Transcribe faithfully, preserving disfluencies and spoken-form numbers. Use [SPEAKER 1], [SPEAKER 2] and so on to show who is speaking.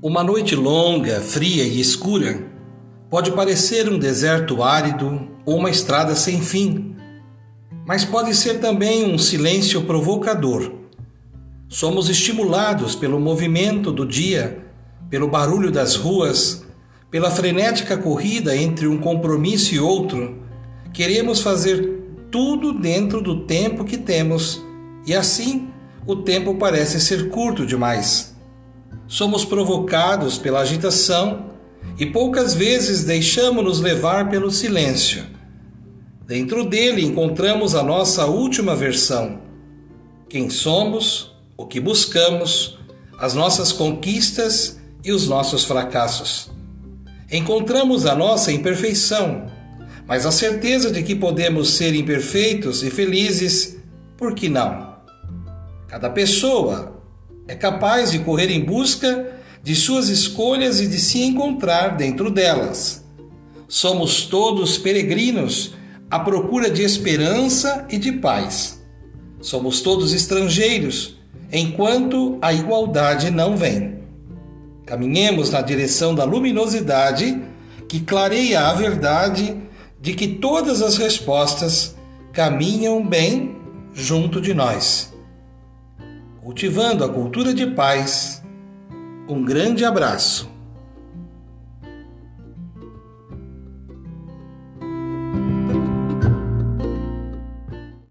[SPEAKER 1] Uma noite longa, fria e escura pode parecer um deserto árido ou uma estrada sem fim, mas pode ser também um silêncio provocador. Somos estimulados pelo movimento do dia, pelo barulho das ruas, pela frenética corrida entre um compromisso e outro. Queremos fazer tudo dentro do tempo que temos e assim o tempo parece ser curto demais. Somos provocados pela agitação e poucas vezes deixamos-nos levar pelo silêncio. Dentro dele encontramos a nossa última versão. Quem somos, o que buscamos, as nossas conquistas e os nossos fracassos. Encontramos a nossa imperfeição, mas a certeza de que podemos ser imperfeitos e felizes, por que não? Cada pessoa é capaz de correr em busca de suas escolhas e de se encontrar dentro delas. Somos todos peregrinos à procura de esperança e de paz. Somos todos estrangeiros, enquanto a igualdade não vem. Caminhemos na direção da luminosidade que clareia a verdade de que todas as respostas caminham bem junto de nós. Cultivando a cultura de paz, um grande abraço.